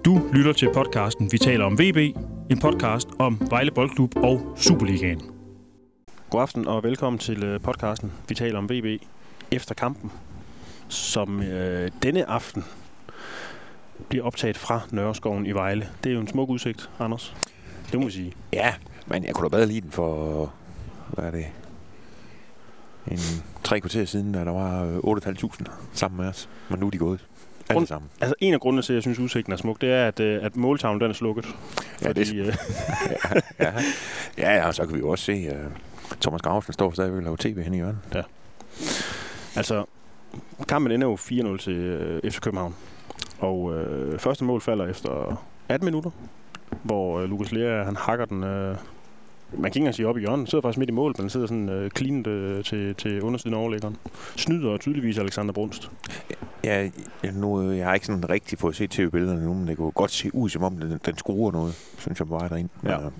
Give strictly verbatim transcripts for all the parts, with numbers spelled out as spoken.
Du lytter til podcasten Vi taler om V B, en podcast om Vejle Boldklub og Superligaen. God aften og velkommen til podcasten Vi taler om V B efter kampen, som øh, denne aften bliver optaget fra Nørreskoven i Vejle. Det er jo en smuk udsigt, Anders. Det må vi sige. Ja, men jeg kunne da bedre lide den for, hvad er det, en tre kvarter siden, da der var otte tusind fem hundrede sammen med os. Men nu er de gået. Alle Grund, sammen. Altså en af grundene til, at jeg synes, udsigten er smuk, det er, at, at måltavlen den er slukket. Ja, fordi, det øh... ja, ja, ja, og så kan vi jo også se, uh, Thomas Gravesen står stadigvæk og laver tv hen i hjørnet. Ja. Altså, kampen ender jo fire nul til øh, F C København. Og øh, første mål falder efter atten minutter, hvor øh, Lukas Lea, han hakker den... Øh, man kan ikke engang sige op i hjørnet. Den sidder faktisk midt i mål, men den sidder sådan øh, cleanet øh, til, til undersiden af overlæggeren. Snyder tydeligvis Alexander Brunst. Ja, nu, jeg har ikke sådan rigtig fået set T V-billederne nu, men det kunne godt se ud, som om den, den skruer noget, synes jeg bare derinde. Ja. Men,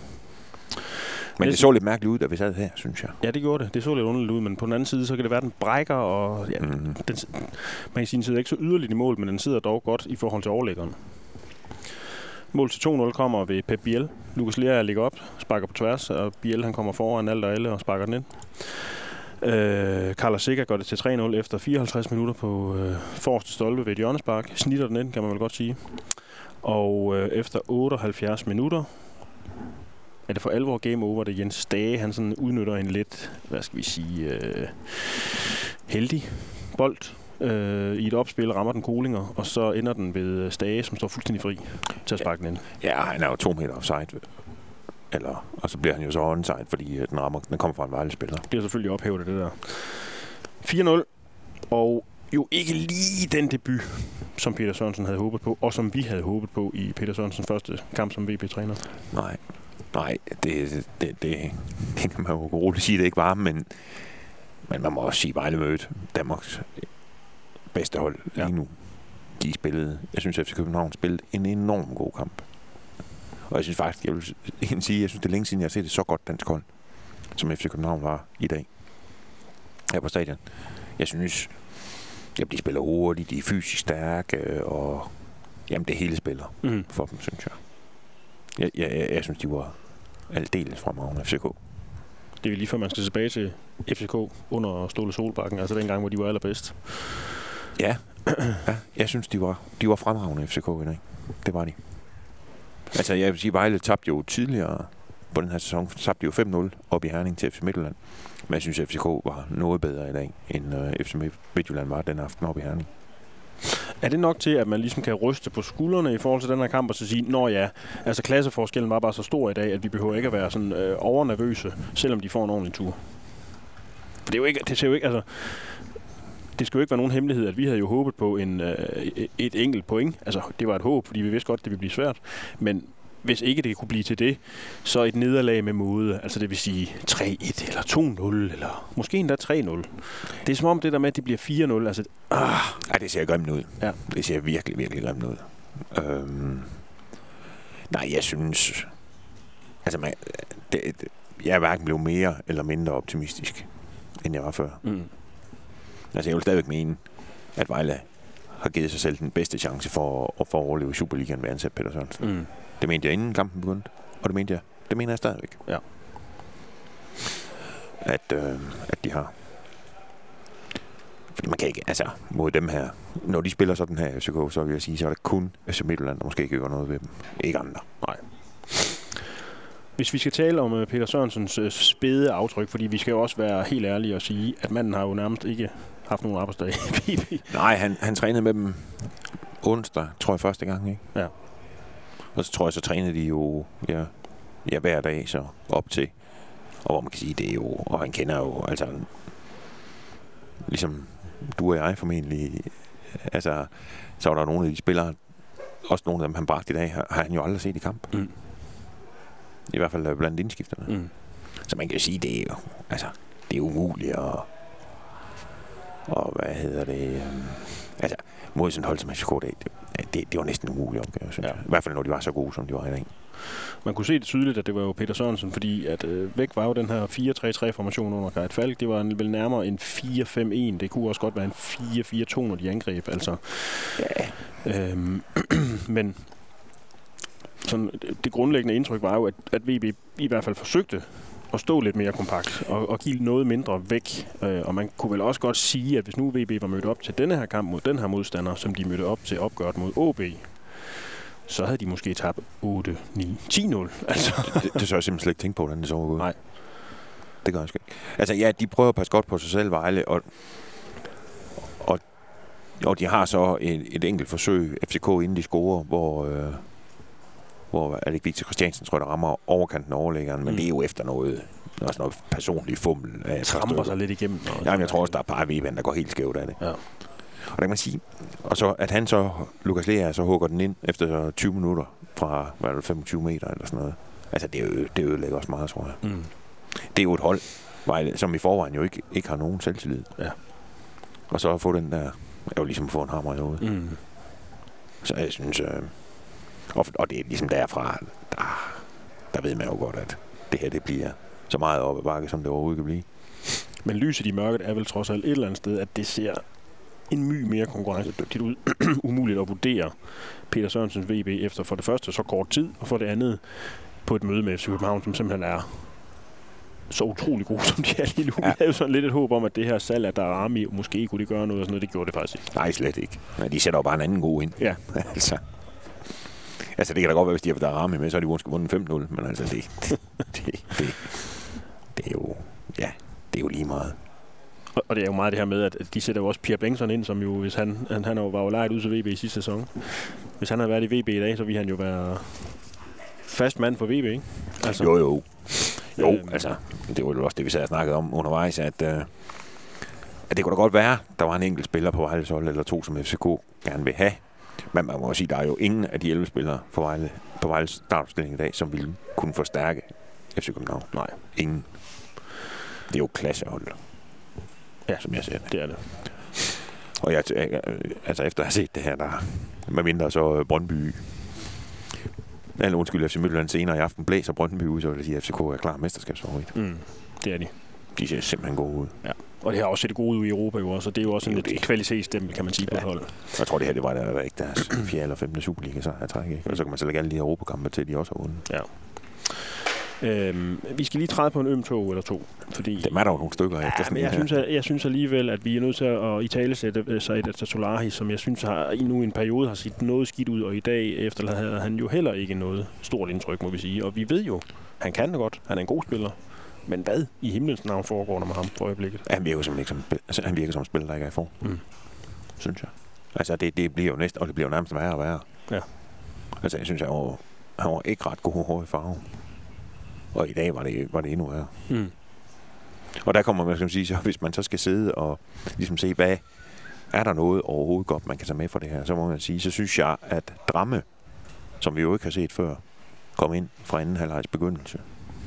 men det så lidt mærkeligt ud, da vi sad her, synes jeg. Ja, det gjorde det. Det så lidt underligt ud, men på den anden side, så kan det være, den brækker, og ja, mm-hmm. den, man kan sige, den sidder ikke så yderligt i mål, men den sidder dog godt i forhold til overlæggeren. Mål til to nul kommer ved Pep Biel. Lukas Lea ligger op, sparker på tværs, og Biel han kommer foran alt og alle og sparker den ind. Øh, Carlos Sikker gør det til tre nul efter fireoghalvtreds minutter på øh, forreste stolpe ved et hjørnespark. Snitter den ind, kan man vel godt sige. Og øh, efter otteoghalvfjerds minutter er det for alvor game over, det Jens Stage, han sådan udnytter en lidt, hvad skal vi sige, øh, heldig bold øh, i et opspil, rammer den Kolinger, og så ender den ved Stage, som står fuldstændig fri til at sparke den ind. Ja, han er jo to meter offside. Eller, og så bliver han jo så onside, fordi den rammer, den kommer fra en Vejle-spiller. Det bliver selvfølgelig ophævet af det der. fire nul, og jo ikke lige den debut, som Peter Sørensen havde håbet på, og som vi havde håbet på i Peter Sørensens første kamp som V B-træner. Nej, nej, det, det, det, det kan man jo roligt sige, det ikke var, men, men man må også sige, Vejle mødte Danmarks bedste hold lige ja. nu. De spillede, jeg synes, at F C København spillede en enorm god kamp. Og jeg synes faktisk, jeg vil sige, jeg synes, det er længe siden, jeg har set det så godt dansk hold, som F C København var i dag. Her på stadion. Jeg synes, at de spiller hurtigt, de er fysisk stærke, og jamen, det hele spiller mm. for dem, synes jeg. Jeg, jeg, jeg, jeg synes, de var aldeles fremragende F C K. Det er lige før, man skal tilbage til F C K under Ståle Solbakken, altså dengang, hvor de var allerbedst. Ja, ja jeg synes, de var, de var fremragende F C K i dag. Det var de. Altså, jeg vil sige, Vejle tabte jo tidligere på den her sæson, tabte jo fem nul op i Herning til F C Midtjylland. Men jeg synes, at F C K var noget bedre i dag, end uh, F C Midtjylland var den aften op i Herning. Er det nok til, at man ligesom kan ryste på skuldrene i forhold til den her kamp, og så sige, nå ja, altså klasseforskellen var bare så stor i dag, at vi behøver ikke at være sådan øh, overnervøse, selvom de får en ordentlig tur? For det er jo ikke, det ser jo ikke, altså... Det skal jo ikke være nogen hemmelighed, at vi havde jo håbet på en, øh, et enkelt point. Altså, det var et håb, fordi vi vidste godt, at det ville blive svært. Men hvis ikke det kunne blive til det, så et nederlag med måde. Altså, det vil sige tre et eller to nul, eller måske endda tre nul. Det er som om det der med, at det bliver fire nul. Altså, ah. Ej, det ser grimt ud. Ja. Det ser virkelig, virkelig grimt ud. Øhm, nej, jeg synes... Altså, man, det, det, jeg er hverken blevet mere eller mindre optimistisk, end jeg var før. Mm. Altså, jeg vil stadigvæk mene, at Vejle har givet sig selv den bedste chance for at, for at overleve i Superligaen ved ansat Peter Sørensen. Mm. Det mente jeg inden kampen begyndte, og det mente jeg, det mener jeg stadigvæk. Ja. At, øh, at de har. Fordi man kan ikke, altså, mod dem her, når de spiller sådan her i F C K, så vil jeg sige, så er det kun F C Midtjylland, der måske ikke gør noget ved dem. Ikke andre. Nej. Hvis vi skal tale om uh, Peter Sørensens uh, spæde aftryk, fordi vi skal jo også være helt ærlige og sige, at manden har jo nærmest ikke haft nogen arbejdsdag i V B. Nej, han, han trænede med dem onsdag, tror jeg, første gang, ikke? Ja. Og så tror jeg, så trænede de jo ja, ja, hver dag så op til. Og hvor man kan sige, det er jo, og han kender jo, altså, ligesom du og jeg formentlig, altså, så var der nogle af de spillere, også nogle af dem, han bragte i dag, har, har han jo aldrig set i kamp. Mm. I hvert fald blandt indskifterne. Mm. Så man kan jo sige, det er jo, altså, det er umuligt at, og hvad hedder det, um, altså, mod sådan hold som F C K, det, det, det var næsten en umulig opgave, synes ja. jeg. I hvert fald, når de var så gode, som de var i dag. Man kunne se det tydeligt, at det var jo Peter Sørensen, fordi at øh, væk var jo den her fire tre tre formation under Gert Falk. Det var en, vel nærmere en fire fem en. Det kunne også godt være en fire fire to, når de angreb. Altså. Ja. Øhm, men sådan, det grundlæggende indtryk var jo, at, at V B i hvert fald forsøgte at stå lidt mere kompakt og, og give noget mindre væk. Øh, og man kunne vel også godt sige, at hvis nu V B var mødt op til denne her kamp mod den her modstander, som de mødte op til opgøret mod O B, så havde de måske tabt otte, ni, ti nul. Altså. Det, det, det så jeg simpelthen slet ikke tænke på, hvordan det så ud. Nej. Det gør jeg sgu ikke. Altså ja, de prøver at passe godt på sig selv, Vejle, og, og, og de har så et, et enkelt forsøg, F C K, inden de scorer, hvor, øh, hvor er det ikke Victor Christiansen, tror jeg, der rammer overkanten af overlæggeren, men mm. det er jo efter noget, også noget personligt fummel. Tramper sig lidt igennem. Ja, men jeg tror også, der er et par af V B'erne, der går helt skævt af det. Ja. Og der kan man sige, og så at han så, Lukas Lea, så hugger den ind efter tyve minutter fra, hvad er det, femogtyve meter eller sådan noget. Altså, det, ø- det ødelægger også meget, tror jeg. Mm. Det er jo et hold, som i forvejen jo ikke, ikke har nogen selvtillid. Ja. Og så at få den der, er jo ligesom at få en hammer i hovedet. Mm. Så jeg synes, øh, og, og det er ligesom derfra, der, der ved man jo godt, at det her, det bliver så meget op ad bakke, som det overhovedet kan blive. Men lyset i mørket er vel trods alt et eller andet sted, at det ser en my mere konkurrencedygtigt ud. Umuligt at vurdere Peter Sørensens V B efter for det første så kort tid, og for det andet på et møde med F C København, som simpelthen er så utrolig god, som de er lige nu. Ja. Vi havde jo sådan lidt et håb om, at det her salg af Darami måske kunne de gøre noget, og sådan noget. Det gjorde det faktisk ikke. Nej, slet ikke. Men de sætter jo bare en anden god ind. Ja. altså. altså, det kan da godt være, hvis de har Darami med, så har de måske vundet fem nul, men altså, det, det, det, det, det er jo, ja, det er jo lige meget. Og det er jo meget det her med, at de sætter jo også Pierre Bengtsson ind, som jo, hvis han, han, han var jo lejet ud til V B i sidste sæson. Hvis han havde været i V B i dag, så ville han jo være fast mand for V B, ikke? Altså. Jo, jo. Jo, øhm. altså, det var jo også det, vi sad og snakkede om undervejs, at, øh, at det kunne da godt være, der var en enkelt spiller på Vejles hold, eller to, som F C K gerne vil have. Men man må sige, der er jo ingen af de elleve spillere på Vejle, på Vejles startopstilling i dag, som ville kunne forstærke F C København. Nej. Ingen. Det er jo klassehold. Ja, som jeg ser det. Det er det. Og jeg, altså efter at have set det her, der med mindre så Brøndby, eller undskyld, F C Midtjylland senere i aften blæser Brøndby ud, så vil jeg sige, at F C K er klar mesterskabsfavorit. Mm, det er de. De ser simpelthen gode ud. Ja. Og det har også set gode ud i Europa jo også, og det er jo også en lidt kvalitetsstempel, kan man sige, ja. På hold. Jeg tror, det her det var der, der ikke deres fjerde eller femte Superliga, så jeg trækker ikke. Og så kan man så lægge alle de Europakampe til, de også har vundet. Ja. Øhm, vi skal lige træde på en øm tog eller to, fordi det er der jo nogle stykker ja, efter sådan men jeg synes, at, jeg synes alligevel, at vi er nødt til at italesætte Said Al-Tolahi, som jeg synes har nu i en periode har set noget skidt ud, og i dag efter havde han jo heller ikke noget stort indtryk, må vi sige. Og vi ved jo, han kan det godt, han er en god spiller, men hvad i himlens navn foregår der med ham for øjeblikket? Han virker som ikke som altså, han virker som spiller, der ikke er i form, mm. synes jeg. Altså det, det bliver jo næsten, og det bliver jo nærmest værre og værre. Ja. Altså jeg synes, han var, han var ikke ret god hår i farve. Og i dag var det, var det endnu værre. Mm. Og der kommer man, skal man sige, så hvis man så skal sidde og ligesom se, hvad er der noget overhovedet godt, man kan tage med for det her, så må man sige, så synes jeg, at Dramme, som vi jo ikke har set før, kom ind fra anden halvlejs begyndelse.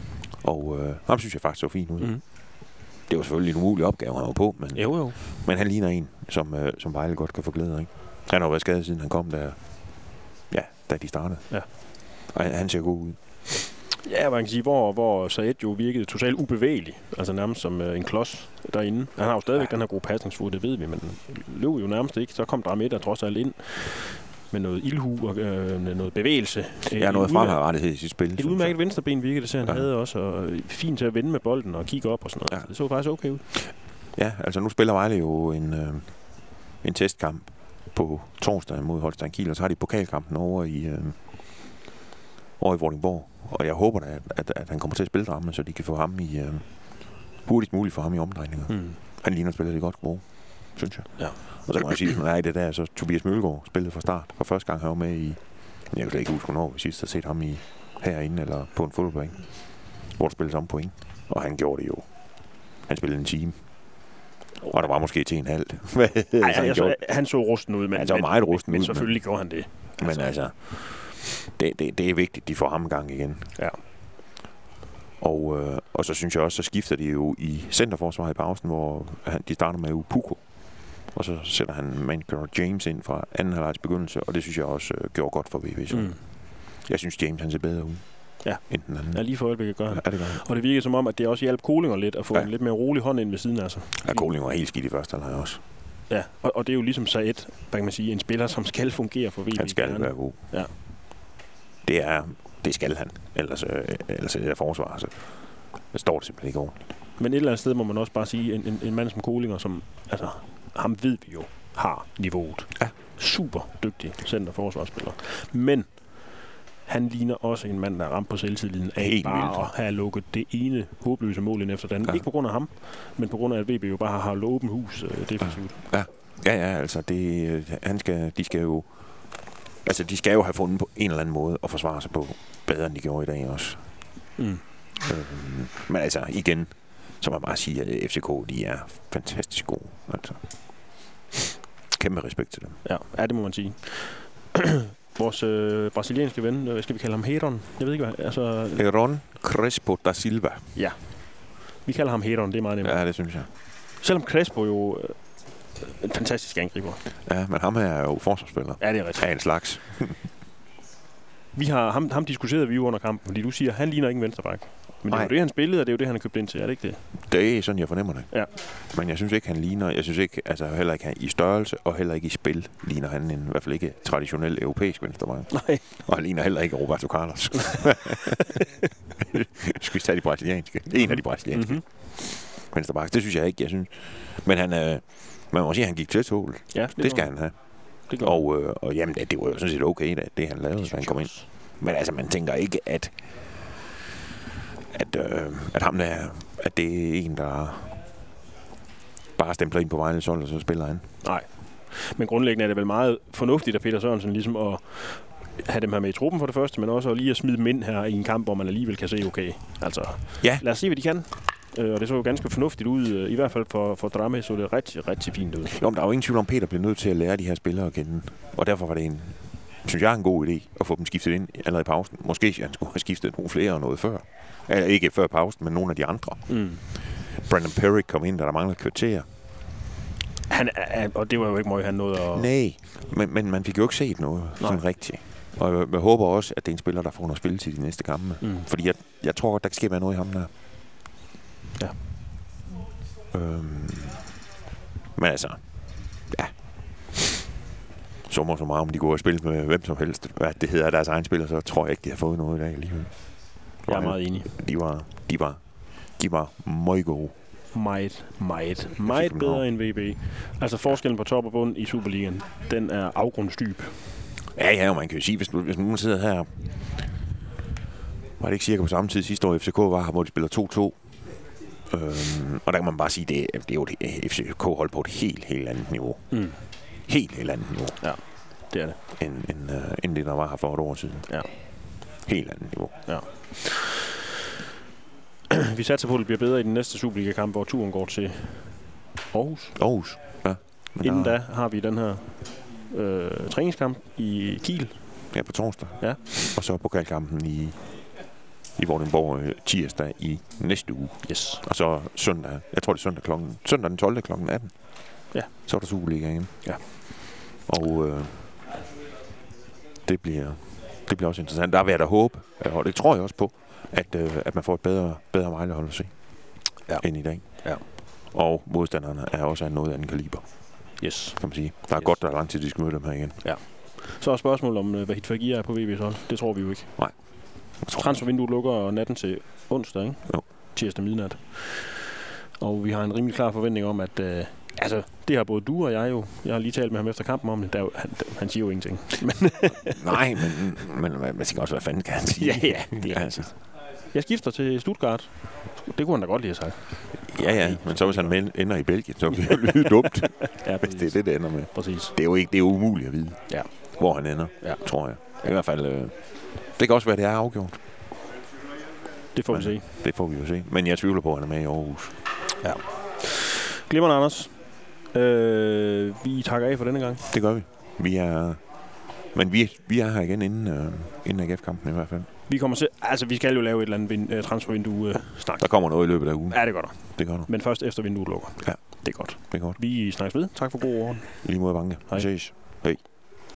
Og øh, ham synes jeg faktisk så fint ud. Mm. Det var selvfølgelig en umulig opgave, han var på, men, jo, jo. men han ligner en, som, øh, som Vejle godt kan få glæde af. Han har jo været skadet, siden han kom der, ja, da de startede. Ja. Og han, han ser god ud. Ja, man kan sige, hvor, hvor Said jo virkede totalt ubevægelig. Altså nærmest som øh, en klods derinde. Han har jo stadigvæk ja. den her gode pasningsfod, det ved vi, men løb jo nærmest ikke. Så kom Dramme der trods alt ind med noget ildhu og øh, noget bevægelse. Ja, noget fremadrettighed i sit spil. Et udmærket venstreben virkede det, så han ja. havde også. Og fint til at vende med bolden og kigge op og sådan noget. Ja. Det så faktisk okay ud. Ja, altså nu spiller Vejle jo en, øh, en testkamp på torsdag mod Holstein Kiel, og så har de pokalkampen over i, øh, over i Vordingborg. Og jeg håber da, at, at, at han kommer til at spille Dramme, så de kan få ham i øh, hurtigst muligt for ham i omdrejninger. Mm. Han ligner spiller det godt gode, synes jeg. Ja. Og så kan man sige, at nej, det der, så Tobias Mølgaard spillede fra start. For første gang han var med i, jeg kan slet ikke huske, hvornår vi sidst har set ham i herinde eller på en fodboldbane, hvor der spillede samme point. Og han gjorde det jo. Han spillede en time. Og der var måske til en halv. Ej, han, han, så, han så rusten ud, men, han så meget rusten men, ud, men selvfølgelig gjorde han det. Men altså, altså det, det, det er vigtigt, de får ham i gang igen. Ja. Og, øh, og så synes jeg også, så skifter de jo i centerforsvaret i pausen, hvor han, de starter med Upuko. Og så sætter han Mancur James ind fra anden halvlejs begyndelse, og det synes jeg også øh, gjorde godt for V B. Mm. Jeg synes, James han ser bedre ud. Ja, enten anden. Ja, lige for øjeblikket gør han. Ja, det gør han. Og det virker som om, at det også hjalp Kolinger lidt at få ja. en lidt mere rolig hånd ind ved siden af sig. Ja, Kolinger var helt skidt i første halvleg også. Ja, og, og det er jo ligesom Said, hvad kan man sige, en spiller, som skal fungere for V B. Han skal være god. Ja. Det er, det skal han. Ellers, øh, ellers er det forsvar, så det står det simpelthen ikke over. Men et eller andet sted må man også bare sige, en, en, en mand som Kolinger, som, altså, ham ved vi jo, har niveauet. Ja. Super dygtig center-forsvarsspiller. Men han ligner også en mand, der er ramt på selvtilliden af Helt bare vildt. at have lukket det ene håbløse mål ind efter den. Ja. Ikke på grund af ham, men på grund af, at V B jo bare har holdt åben hus øh, defensivt. Ja. Ja, ja, altså, det, han skal, de skal jo altså, de skal jo have fundet på en eller anden måde at forsvare sig på bedre, end de gjorde i dag også. Mm. Øhm, men altså, igen, så må man bare sige, at F C K, de er fantastisk gode. Altså, kæmpe respekt til dem. Ja, ja det må man sige. Vores øh, brasilianske ven, øh, skal vi kalde ham Heron? Jeg ved ikke hvad, altså... Heron Crespo da Silva. Ja. Vi kalder ham Heron, det er meget nemmere. Ja, det synes jeg. Selvom Crespo jo øh, en fantastisk angriber. Ja, men ham her er jo forsvarsspiller. Ja, det er rigtigt. Af en slags. Vi har ham, ham diskuteret vi jo under kampen, fordi du siger, at han ligner ikke en venstreback. Men det er jo det, han spillede, og det er jo det, han har købt ind til. Er det ikke det? Det er sådan, jeg fornemmer det. Ja. Men jeg synes ikke, han ligner... Jeg synes ikke, altså heller ikke i størrelse, og heller ikke i spil, ligner han en, i hvert fald ikke traditionel europæisk venstreback. Nej. Og han ligner heller ikke Roberto Carlos. Skal vi tage de brasilianske? En af de brasilianske mm-hmm. venstrebacks. Det synes jeg ikke, jeg synes. Men han er... Man må sige, at han gik til tål. Ja, det, det skal han have. Det og, øh, og jamen, det, det var jo sådan set okay, da, det han lavede, da han kom ind. Men altså, man tænker ikke, at at, øh, at ham der, at det er en, der bare stempler ind på Vejles hold, og så spiller han. Nej. Men grundlæggende er det vel meget fornuftigt af Peter Sørensen ligesom at have dem her med i truppen for det første, men også at lige at smide dem ind her i en kamp, hvor man alligevel kan se, okay, altså, ja. Lad os se, hvad de kan. Øh, og det så jo ganske fornuftigt ud, i hvert fald for, for Drame, så det rigtig, rigtig fint ud. Jo, men der er jo ingen tvivl om, Peter bliver nødt til at lære de her spillere at kende. Og derfor var det en, synes jeg, en god idé at få dem skiftet ind allerede i pausen. Måske han skulle have skiftet nogle flere og noget før. Eller ikke før pausen, men nogle af de andre. Mm. Brandon Perry kom ind, der der manglede kvarter. Han, og det var jo ikke meget, han nåede at... Nej, men, men man fik jo ikke set noget Nej. sådan rigtigt. Og jeg, jeg håber også, at det er en spiller, der får noget spil til de næste kampe. Mm. Fordi jeg, jeg tror godt, der kan ske være noget i ham der. Ja. Øhm, men altså, ja. Sommer så meget, om de går og spille med hvem som helst, hvad det hedder deres egen spiller, så tror jeg ikke, de har fået noget i dag alligevel. Jeg er meget enig. De var, de var, de var meget gode. Meget, meget, meget bedre end V B. Altså forskellen på top og bund i Superligaen, den er afgrundsdyb. Ja, ja, og man kan jo sige, hvis, hvis nogen sidder her, var det ikke cirka på samme tid sidste år, F C K var her, hvor de spiller to to. Øhm, og der kan man bare sige, det, det er jo et F C K-hold på et helt, helt andet niveau. Mm. Helt, helt andet niveau. Ja, det er det. End, end, uh, end det, der var her for et år siden. Ja. Helt andet niveau. Ja. Vi satser på, at det bliver bedre i den næste Superliga-kamp, hvor turen går til Aarhus. Aarhus, ja. Men Inden der... da har vi den her øh, træningskamp i Kiel. Ja, på torsdag. Ja. Og så pokalkampen i, i Vordingborg tirsdag i næste uge. Yes. Og så søndag, jeg tror det er søndag klokken, søndag den tolvte klokken atten. Ja. Så er der Superliga igen. Ja. Og øh, det bliver, det bliver også interessant. Der vil jeg da håbe, og det tror jeg også på, at, øh, at man får et bedre, bedre Vejlehold at se ja. end i dag. Ja. Og modstanderne er også af noget anden kaliber. Yes. Kan man sige. Der er yes. godt, der er lang tid, de skal møde dem her igen. Ja. Så er spørgsmålet om, hvad Hitfagir er på V B's hold. Det tror vi jo ikke. Nej. Transfervinduet lukker natten til onsdag, ikke? Jo. Tirsdag midnat. Og vi har en rimelig klar forventning om, at øh, altså, det har både du og jeg jo. Jeg har lige talt med ham efter kampen om det. Der, han, han siger jo ingenting. Nej, men, men man skal også, hvad fanden kan han sige? Ja, ja. Det er altså. Jeg skifter til Stuttgart. Det kunne han da godt lige have sagt. Ja, ja, men så hvis han ender i Belgien, så bliver det lyde dumt. Ja, hvis det er det, det ender med. Præcis. Det er jo ikke, det er umuligt at vide, ja. hvor han ender, ja. tror jeg. I hvert fald, øh, det kan også være, det er afgjort. Det får men, vi se. Det får vi jo se. Men jeg tvivler på, at han er med i Aarhus. Ja. Glimrende, Anders. Øh, vi takker af for denne gang. Det gør vi. Vi er, men vi, vi er her igen inden, øh, inden A G F-kampen i hvert fald. Vi kommer til, altså vi skal jo lave et eller andet vind, uh, transfervindue uh, snak. Der kommer noget i løbet af ugen. Ja, det gør der. Det gør der. Men først efter vinduet lukker. Ja. Det er godt. Det er godt. Vi snakkes ved. Tak for god ord. Lige mod Banke. Hej. Vi ses. Hej.